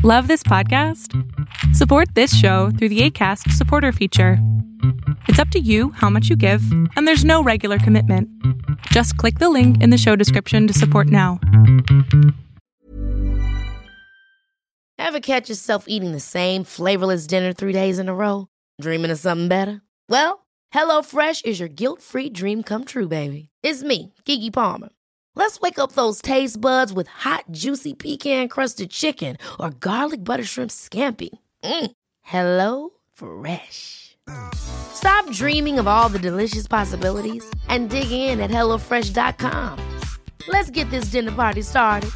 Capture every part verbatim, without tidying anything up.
Love this podcast? Support this show through the Acast supporter feature. It's up to you how much you give, and there's no regular commitment. Just click the link in the show description to support now. Ever catch yourself eating the same flavorless dinner three days in a row? Dreaming of something better? Well, HelloFresh is your guilt-free dream come true, baby. It's me, Keke Palmer. Let's wake up those taste buds with hot, juicy pecan-crusted chicken or garlic butter shrimp scampi. Mm. Hello Fresh. Stop dreaming of all the delicious possibilities and dig in at hello fresh dot com. Let's get this dinner party started.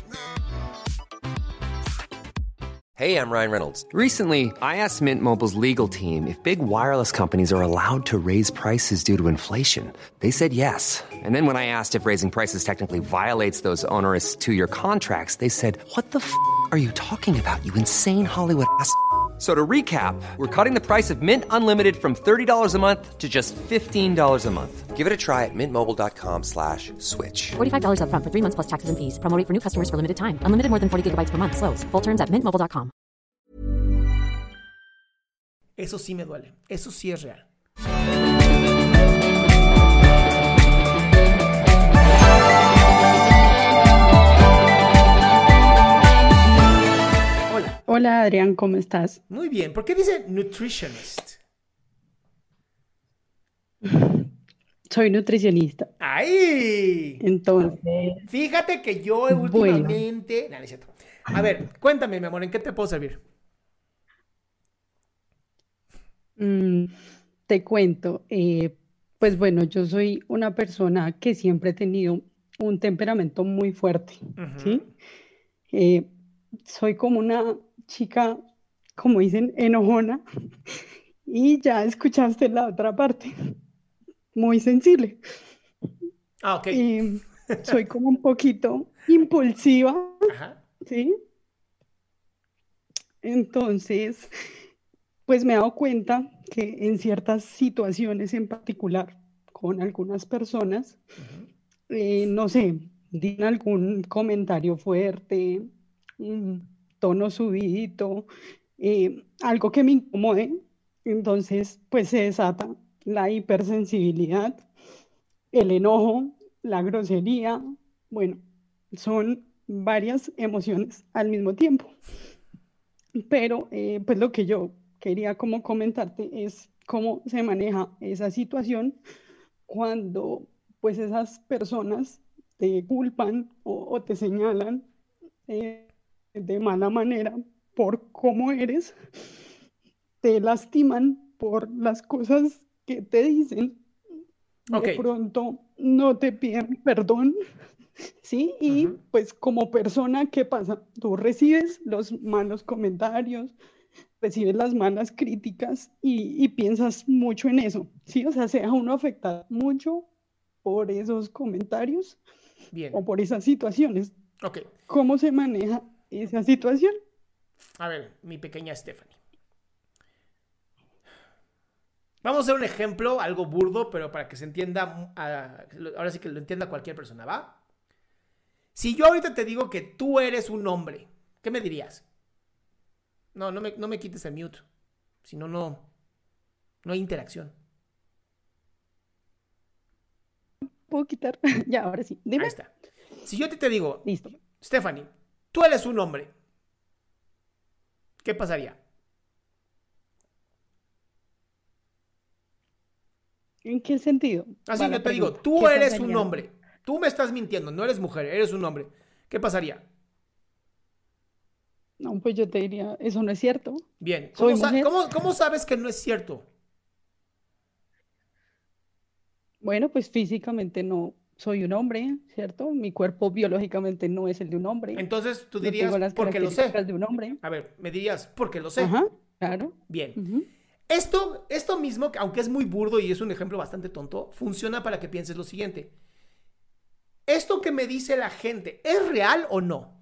Hey, I'm Ryan Reynolds. Recently, I asked Mint Mobile's legal team if big wireless companies are allowed to raise prices due to inflation. They said yes. And then when I asked if raising prices technically violates those onerous two-year contracts, they said, what the f*** are you talking about, you insane Hollywood ass f- So to recap, we're cutting the price of Mint Unlimited from thirty dollars a month to just fifteen dollars a month. Give it a try at mintmobile.com slash switch. forty-five dollars up front for three months plus taxes and fees. Promo rate for new customers for limited time. Unlimited more than forty gigabytes per month. Slows full terms at mint mobile dot com. Eso sí me duele. Eso sí es real. Hola. Hola Adrián, ¿cómo estás? Muy bien. ¿Por qué dice nutritionist? Soy nutricionista. ¡Ay! Entonces, Fíjate que yo Bueno. últimamente... No, no es cierto. A ver, cuéntame, mi amor, ¿en qué te puedo servir? mm, te cuento, eh, pues bueno, yo soy una persona que siempre he tenido un temperamento muy fuerte, ¿sí? Ujú. Eh, soy como una chica, como dicen, enojona, y ya escuchaste la otra parte, muy sensible. Ah, ok. Y soy como un poquito impulsiva, Ajá. ¿sí? Entonces, pues me he dado cuenta que en ciertas situaciones en particular, con algunas personas, Ujú. eh, no sé, di algún comentario fuerte, un tono subidito, eh, algo que me incomode, entonces pues se desata la hipersensibilidad, el enojo, la grosería, bueno, son varias emociones al mismo tiempo. Pero eh, pues lo que yo quería como comentarte es cómo se maneja esa situación cuando pues esas personas te culpan o, o te señalan eh, de mala manera por cómo eres, te lastiman por las cosas que te dicen, de Ok. pronto no te piden perdón, ¿sí? Y Ujú. pues como persona, ¿qué pasa? Tú recibes los malos comentarios, recibes las malas críticas y, y piensas mucho en eso, ¿sí? O sea, se deja uno afectar mucho por esos comentarios Bien. o por esas situaciones. Ok. ¿Cómo se maneja esa situación? A ver, mi pequeña Stephanie. Vamos a hacer un ejemplo, algo burdo, pero para que se entienda, uh, ahora sí que lo entienda cualquier persona, ¿va? Si yo ahorita te digo que tú eres un hombre, ¿qué me dirías? No, no me, no me quites el mute. Si no, no, no hay interacción. ¿Puedo quitar? Ya, ahora sí. Ahí Dime. está. Si yo te, te digo, Listo. Stephanie, tú eres un hombre, ¿qué pasaría? ¿En qué sentido? Así Va la yo te digo, pregunta. tú ¿Qué eres un pasaría? hombre. Tú me estás mintiendo, no eres mujer, eres un hombre. ¿Qué pasaría? No, pues yo te diría, eso no es cierto. Bien. Soy ¿Cómo, sa- mujer. cómo- cómo sabes que no es cierto? Bueno, pues físicamente no soy un hombre, ¿cierto? Mi cuerpo biológicamente no es el de un hombre. Entonces tú No dirías, tengo las porque lo sé. características de un hombre. A ver, me dirías, porque lo sé. Ajá, claro. Bien. Ujú. Esto, esto mismo, aunque es muy burdo y es un ejemplo bastante tonto, funciona para que pienses lo siguiente. ¿Esto que me dice la gente es real o no?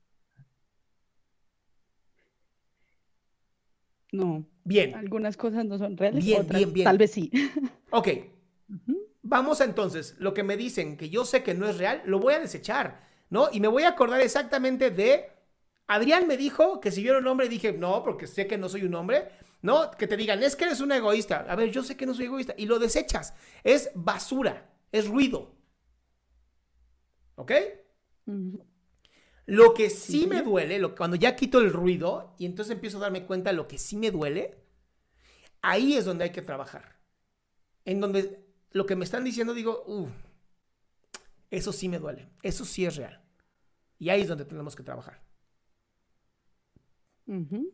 No, Bien, algunas cosas no son reales, bien, otras bien, bien. tal vez sí. Ok. Ujú. Vamos a entonces, lo que me dicen que yo sé que no es real, lo voy a desechar, ¿no? Y me voy a acordar exactamente de Adrián me dijo que si yo era un hombre, dije, no, porque sé que no soy un hombre. No, que te digan, es que eres un egoísta. A ver, yo sé que no soy egoísta. Y lo desechas. Es basura, es ruido. ¿Ok? Ujú. Lo que sí Sí. me duele, lo, cuando ya quito el ruido y entonces empiezo a darme cuenta de lo que sí me duele, ahí es donde hay que trabajar. En donde lo que me están diciendo digo, uh, eso sí me duele, eso sí es real. Y ahí es donde tenemos que trabajar. Ujú.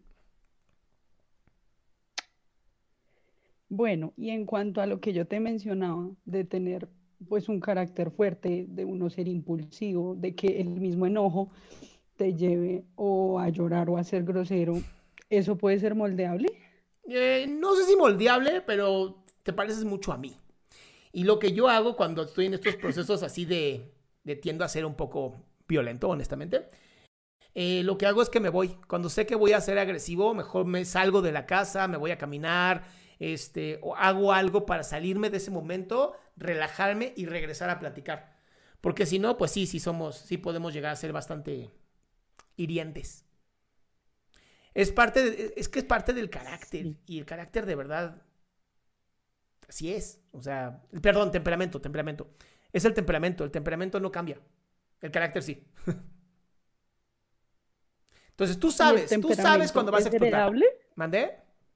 Bueno, y en cuanto a lo que yo te mencionaba, de tener pues un carácter fuerte, de uno ser impulsivo, de que el mismo enojo te lleve o a llorar o a ser grosero, ¿eso puede ser moldeable? Eh, no sé si moldeable, pero te pareces mucho a mí. Y lo que yo hago cuando estoy en estos procesos así de, de tiendo a ser un poco violento, honestamente, eh, lo que hago es que me voy. Cuando sé que voy a ser agresivo, mejor me salgo de la casa, me voy a caminar, este, o hago algo para salirme de ese momento, relajarme y regresar a platicar. Porque si no, pues sí, sí somos, sí podemos llegar a ser bastante hirientes. Es parte, de- es que es parte del carácter. Sí. Y el carácter de verdad, así es. O sea, perdón, temperamento, temperamento. Es el temperamento. El temperamento no cambia. El carácter sí. Entonces tú ¿Y el sabes, tú sabes temperamento cuando vas a es explotar. heredable? ¿Mandé?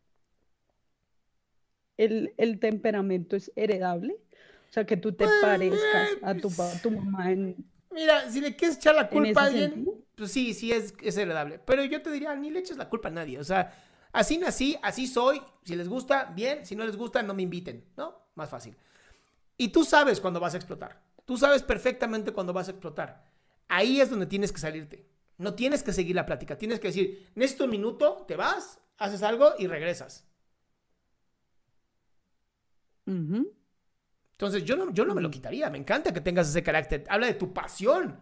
¿El, el temperamento es heredable? O sea, que tú te Pues, parezcas a tu, eh, pa- tu mamá en, mira, si le quieres echar la en culpa a ese alguien, sentido. pues sí, sí es, es heredable. Pero yo te diría, ni le eches la culpa a nadie. O sea, así nací, así soy. Si les gusta, bien. Si no les gusta, no me inviten. ¿No? Más fácil. Y tú sabes cuando vas a explotar. Tú sabes perfectamente cuando vas a explotar. Ahí es donde tienes que salirte. No tienes que seguir la plática. Tienes que decir, necesito un minuto, te vas, haces algo y regresas. Ujú. Entonces yo no, yo no me lo Mm. quitaría. Me encanta que tengas ese carácter. Habla de tu pasión.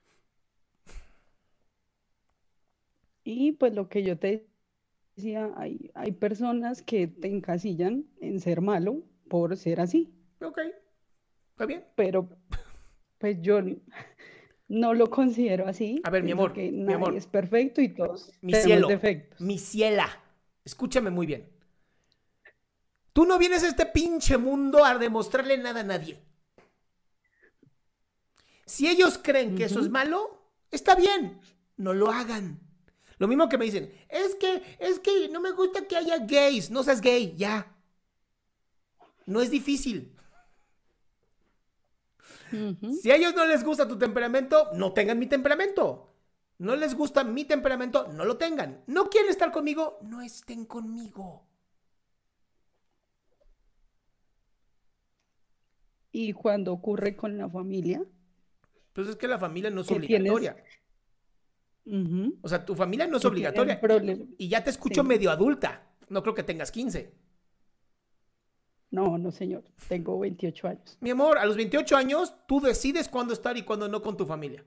Y pues lo que yo te decía, hay, hay personas que te encasillan en ser malo por ser así, Ok, está bien. pero pues yo n- no lo considero así. A ver, mi Pienso amor, que mi nadie amor. es perfecto y todos Mi tenemos cielo, defectos. mi ciela. Escúchame muy bien. Tú no vienes a este pinche mundo a demostrarle nada a nadie. Si ellos creen que eso es Ujú. malo, está bien, no lo hagan. Lo mismo que me dicen, es que, es que no me gusta que haya gays, no seas gay, ya. No es difícil. Ujú. Si a ellos no les gusta tu temperamento, no tengan mi temperamento. No les gusta mi temperamento, no lo tengan. No quieren estar conmigo, no estén conmigo. Y cuando ocurre con la familia, Pues es que la familia no es que tienes, obligatoria. ujú, O sea, tu familia no es que tienen obligatoria. Y, problemas. y ya te escucho Sí. medio adulta. No creo que tengas quince. No, no, señor, tengo veintiocho años. Mi amor, a los veintiocho años, tú decides cuándo estar y cuándo no con tu familia.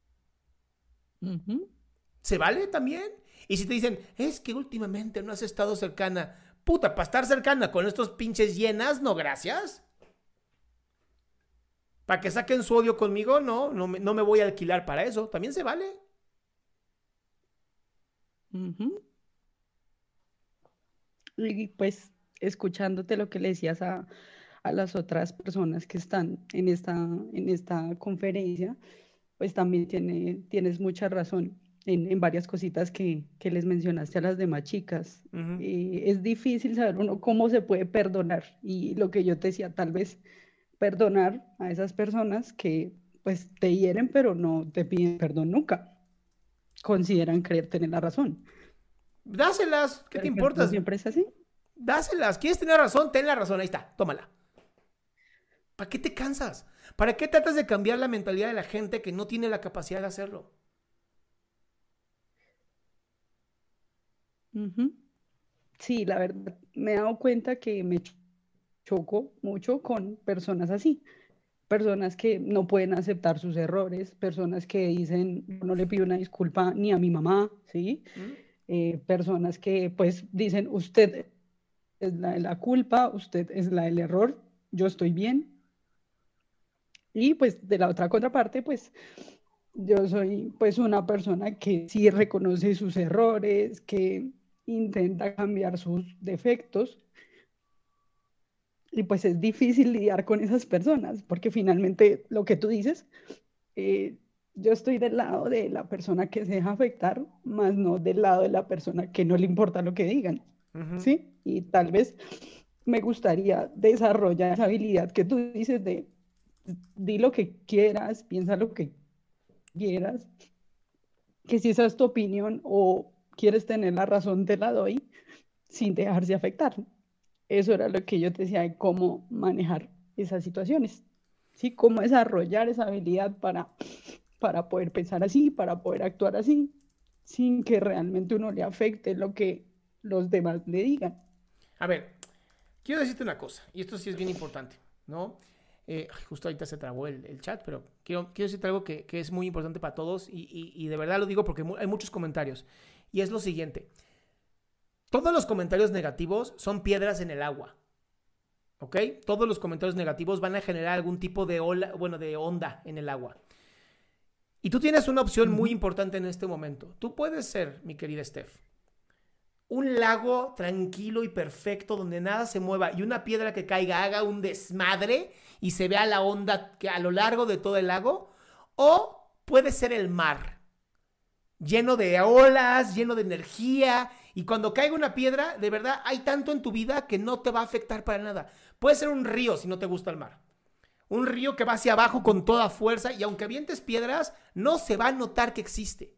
Ujú. ¿Se vale también? Y si te dicen, es que últimamente no has estado cercana. Puta, para estar cercana con estos pinches llenas, no, gracias. Para que saquen su odio conmigo, no, no me, no me voy a alquilar para eso. También se vale. Ujú. Y pues escuchándote lo que le decías a, a las otras personas que están en esta, en esta conferencia, pues también tiene, tienes mucha razón en, en varias cositas que, que les mencionaste a las demás chicas. Ujú. Eh, es difícil saber uno cómo se puede perdonar y lo que yo te decía, tal vez perdonar a esas personas que pues te hieren pero no te piden perdón nunca, consideran creer tener la razón, Dáselas. ¿Qué te pero pues no importa? siempre es así. Dáselas. ¿Quieres tener razón? Ten la razón. Ahí está. Tómala. ¿Para qué te cansas? ¿Para qué tratas de cambiar la mentalidad de la gente que no tiene la capacidad de hacerlo? Ujú. Sí, la verdad, me he dado cuenta que me cho- choco mucho con personas así, personas que no pueden aceptar sus errores, personas que dicen, "Yo no le pido una disculpa ni a mi mamá, ¿sí? ¿Mm? Eh, personas que pues dicen, usted es la de la culpa, usted es la del error, yo estoy bien. Y pues de la otra contraparte, pues Yo soy pues una persona que sí reconoce sus errores, que intenta cambiar sus defectos. Y pues es difícil lidiar con esas personas, porque finalmente lo que tú dices, eh, yo estoy del lado de la persona que se deja afectar, más no del lado de la persona que no le importa lo que digan, Ujú. ¿sí? Y tal vez me gustaría desarrollar esa habilidad que tú dices de di lo que quieras, piensa lo que quieras, que si esa es tu opinión o quieres tener la razón, te la doy sin dejarse afectar. Eso era lo que yo te decía de cómo manejar esas situaciones, ¿sí? Cómo desarrollar esa habilidad para, para poder pensar así, para poder actuar así, sin que realmente uno le afecte lo que los demás le digan. A ver, quiero decirte una cosa, y esto sí es bien importante, ¿no? Eh, justo ahorita se trabó el, el chat, pero quiero, quiero decirte algo que, que es muy importante para todos y, y, y de verdad lo digo porque mu- hay muchos comentarios. Y es lo siguiente. Todos los comentarios negativos son piedras en el agua, ¿ok? Todos los comentarios negativos van a generar algún tipo de ola, bueno, de onda en el agua. Y tú tienes una opción Ujú. muy importante en este momento. Tú puedes ser, mi querida Steph, un lago tranquilo y perfecto donde nada se mueva y una piedra que caiga haga un desmadre y se vea la onda que a lo largo de todo el lago, o puede ser el mar, lleno de olas, lleno de energía, y cuando caiga una piedra, de verdad hay tanto en tu vida que no te va a afectar para nada. Puede ser un río si no te gusta el mar. Un río que va hacia abajo con toda fuerza y aunque avientes piedras, no se va a notar que existe.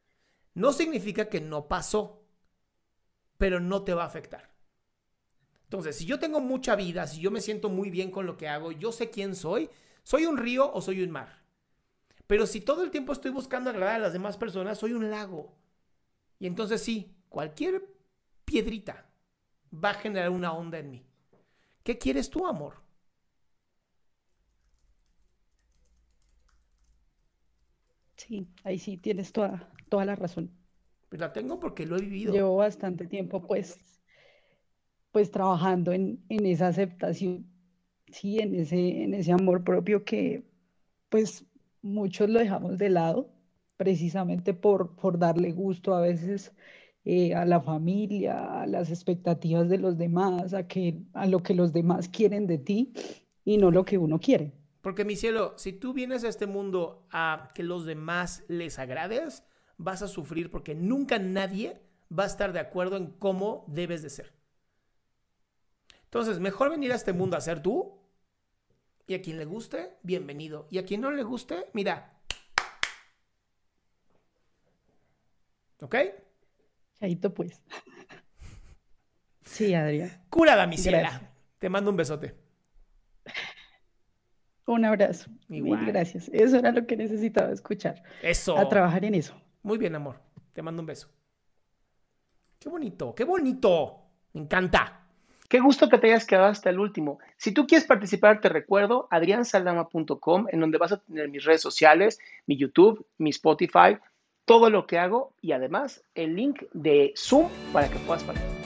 No significa que no pasó, pero no te va a afectar. Entonces, si yo tengo mucha vida, si yo me siento muy bien con lo que hago, yo sé quién soy, ¿soy un río o soy un mar? Pero si todo el tiempo estoy buscando agradar a las demás personas, soy un lago. Y entonces sí, cualquier piedrita va a generar una onda en mí. ¿Qué quieres tú, amor? Sí, ahí sí tienes toda, toda la razón. Pues la tengo porque lo he vivido. Llevo bastante tiempo pues, pues trabajando en, en esa aceptación, sí, en ese, en ese amor propio que pues muchos lo dejamos de lado, precisamente por, por darle gusto a veces eh, a la familia, a las expectativas de los demás, a, que, a lo que los demás quieren de ti y no lo que uno quiere. Porque, mi cielo, si tú vienes a este mundo a que los demás les agrades, vas a sufrir porque nunca nadie va a estar de acuerdo en cómo debes de ser. Entonces, mejor venir a este mundo a ser tú, y a quien le guste, bienvenido. Y a quien no le guste, mira. ¿Ok? Chaito pues. Sí, Adrián. Cura la misiela. Gracias. Te mando un besote. Un abrazo. Igual. Mil gracias. Eso era lo que necesitaba escuchar. Eso. A trabajar en eso. Muy bien, amor. Te mando un beso. Qué bonito, qué bonito. Me encanta. Qué gusto que te hayas quedado hasta el último. Si tú quieres participar, te recuerdo adrian saldama punto com, en donde vas a tener mis redes sociales, mi YouTube, mi Spotify, todo lo que hago y además el link de Zoom para que puedas participar.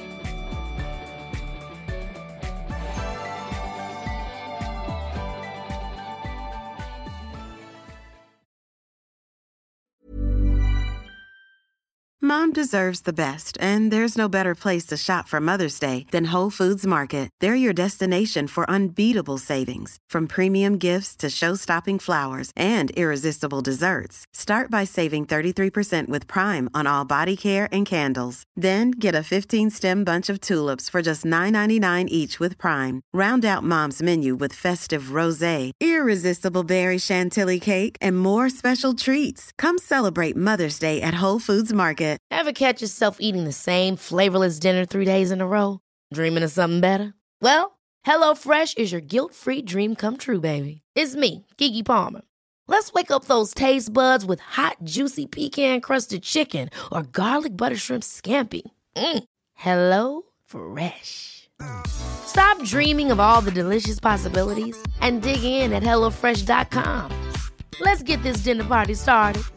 Mom deserves the best, and there's no better place to shop for Mother's Day than Whole Foods Market. They're your destination for unbeatable savings, from premium gifts to show-stopping flowers and irresistible desserts. Start by saving thirty-three percent with Prime on all body care and candles. Then get a fifteen-stem bunch of tulips for just nine ninety-nine each with Prime. Round out Mom's menu with festive rosé, irresistible berry chantilly cake, and more special treats. Come celebrate Mother's Day at Whole Foods Market. Ever catch yourself eating the same flavorless dinner three days in a row? Dreaming of something better? Well, HelloFresh is your guilt-free dream come true, baby. It's me, Keke Palmer. Let's wake up those taste buds with hot, juicy pecan-crusted chicken or garlic butter shrimp scampi. Mm. Hello Fresh. Stop dreaming of all the delicious possibilities and dig in at hello fresh dot com. Let's get this dinner party started.